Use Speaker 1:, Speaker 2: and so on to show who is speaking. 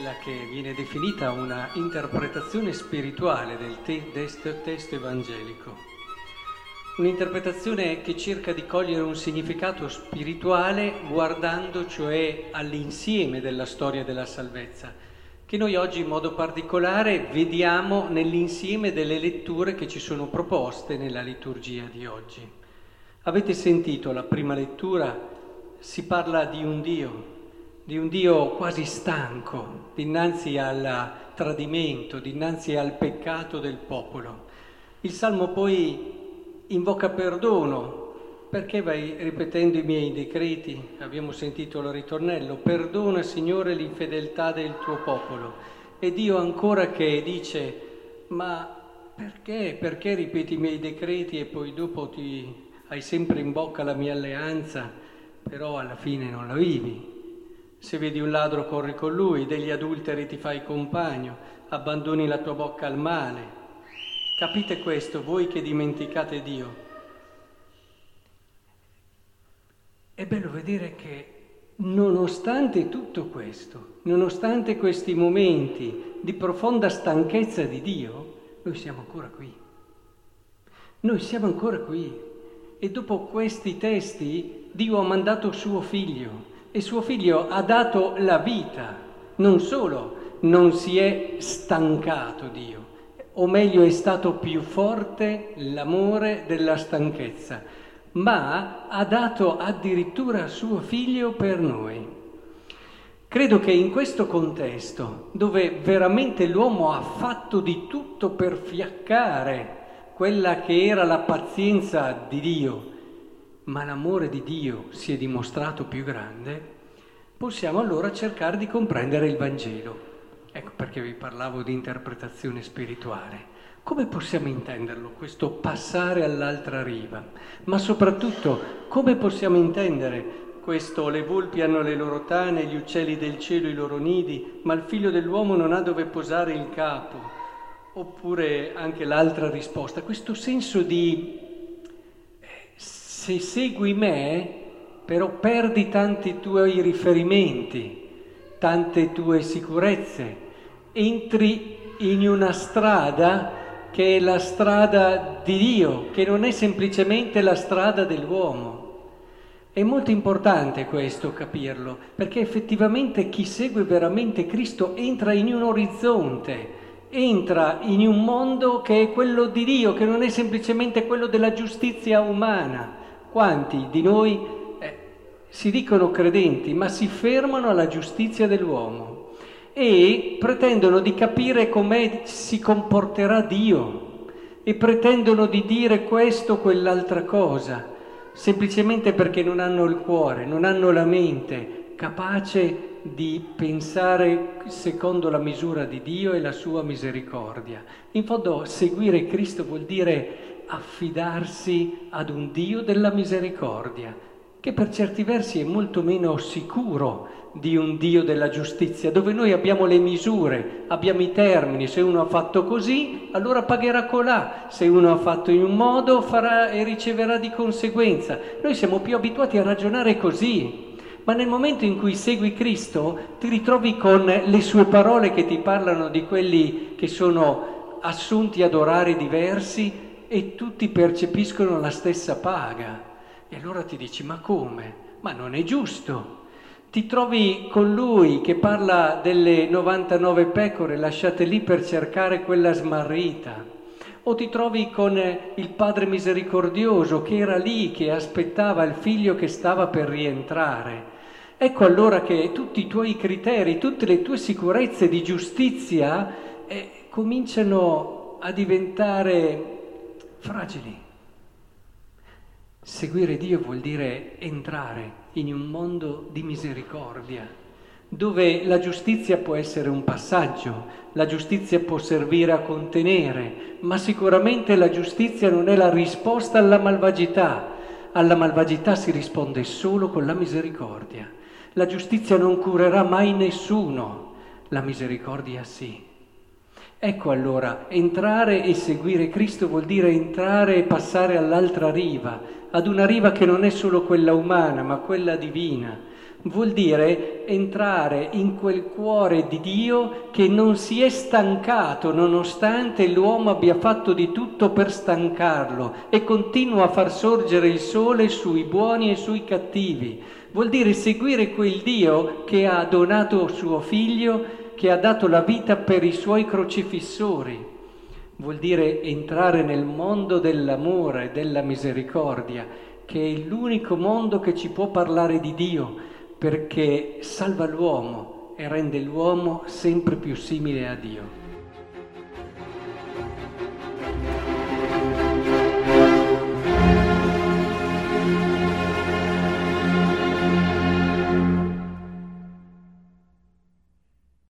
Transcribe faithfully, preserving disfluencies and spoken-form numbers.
Speaker 1: quella che viene definita una interpretazione spirituale del te- testo, testo evangelico. Un'interpretazione che cerca di cogliere un significato spirituale guardando cioè all'insieme della storia della salvezza, che noi oggi in modo particolare vediamo nell'insieme delle letture che ci sono proposte nella liturgia di oggi. Avete sentito la prima lettura? Si parla di un Dio, di un Dio quasi stanco dinanzi al tradimento, dinanzi al peccato del popolo. Il Salmo poi invoca perdono. Perché vai ripetendo i miei decreti? Abbiamo sentito il ritornello. Perdona, Signore, l'infedeltà del tuo popolo. E Dio ancora che dice, ma perché? Perché ripeti i miei decreti e poi dopo ti hai sempre in bocca la mia alleanza, però alla fine non la vivi? Se vedi un ladro corri con lui, degli adulteri ti fai compagno, abbandoni la tua bocca al male. Capite questo, voi che dimenticate Dio? È bello vedere che nonostante tutto questo, nonostante questi momenti di profonda stanchezza di Dio, noi siamo ancora qui. Noi siamo ancora qui. E dopo questi testi Dio ha mandato suo figlio e suo figlio ha dato la vita. Non solo non si è stancato Dio, o meglio è stato più forte l'amore della stanchezza, ma ha dato addirittura suo figlio per noi. Credo che in questo contesto, dove veramente l'uomo ha fatto di tutto per fiaccare quella che era la pazienza di Dio, ma l'amore di Dio si è dimostrato più grande, possiamo allora cercare di comprendere il Vangelo. Ecco perché vi parlavo di interpretazione spirituale. Come possiamo intenderlo, questo passare all'altra riva? Ma soprattutto, come possiamo intendere questo le volpi hanno le loro tane, gli uccelli del cielo i loro nidi, ma il figlio dell'uomo non ha dove posare il capo? Oppure anche l'altra risposta, questo senso di se segui me, però perdi tanti tuoi riferimenti, tante tue sicurezze, entri in una strada che è la strada di Dio, che non è semplicemente la strada dell'uomo. È molto importante questo capirlo, perché effettivamente chi segue veramente Cristo entra in un orizzonte, entra in un mondo che è quello di Dio, che non è semplicemente quello della giustizia umana. Quanti di noi eh, si dicono credenti, ma si fermano alla giustizia dell'uomo e pretendono di capire come si comporterà Dio e pretendono di dire questo o quell'altra cosa, semplicemente perché non hanno il cuore, non hanno la mente capace di pensare secondo la misura di Dio e la sua misericordia. In fondo, seguire Cristo vuol dire affidarsi ad un Dio della misericordia, che per certi versi è molto meno sicuro di un Dio della giustizia, dove noi abbiamo le misure, abbiamo i termini. Se uno ha fatto così, allora pagherà colà. Se uno ha fatto in un modo, farà e riceverà di conseguenza. Noi siamo più abituati a ragionare così. Ma nel momento in cui segui Cristo, ti ritrovi con le sue parole che ti parlano di quelli che sono assunti ad orari diversi e tutti percepiscono la stessa paga. E allora ti dici, ma come? Ma non è giusto. Ti trovi con lui che parla delle novantanove pecore lasciate lì per cercare quella smarrita. O ti trovi con il Padre misericordioso che era lì, che aspettava il figlio che stava per rientrare. Ecco allora che tutti i tuoi criteri, tutte le tue sicurezze di giustizia eh, cominciano a diventare fragili. Seguire Dio vuol dire entrare in un mondo di misericordia, dove la giustizia può essere un passaggio, la giustizia può servire a contenere, ma sicuramente la giustizia non è la risposta alla malvagità. Alla malvagità si risponde solo con la misericordia. La giustizia non curerà mai nessuno, la misericordia sì. Ecco allora, entrare e seguire Cristo vuol dire entrare e passare all'altra riva, ad una riva che non è solo quella umana, ma quella divina, vuol dire entrare in quel cuore di Dio che non si è stancato, nonostante l'uomo abbia fatto di tutto per stancarlo, e continua a far sorgere il sole sui buoni e sui cattivi. Vuol dire seguire quel Dio che ha donato suo figlio, che ha dato la vita per i suoi crocifissori. Vuol dire entrare nel mondo dell'amore e della misericordia, che è l'unico mondo che ci può parlare di Dio, perché salva l'uomo e rende l'uomo sempre più simile a Dio.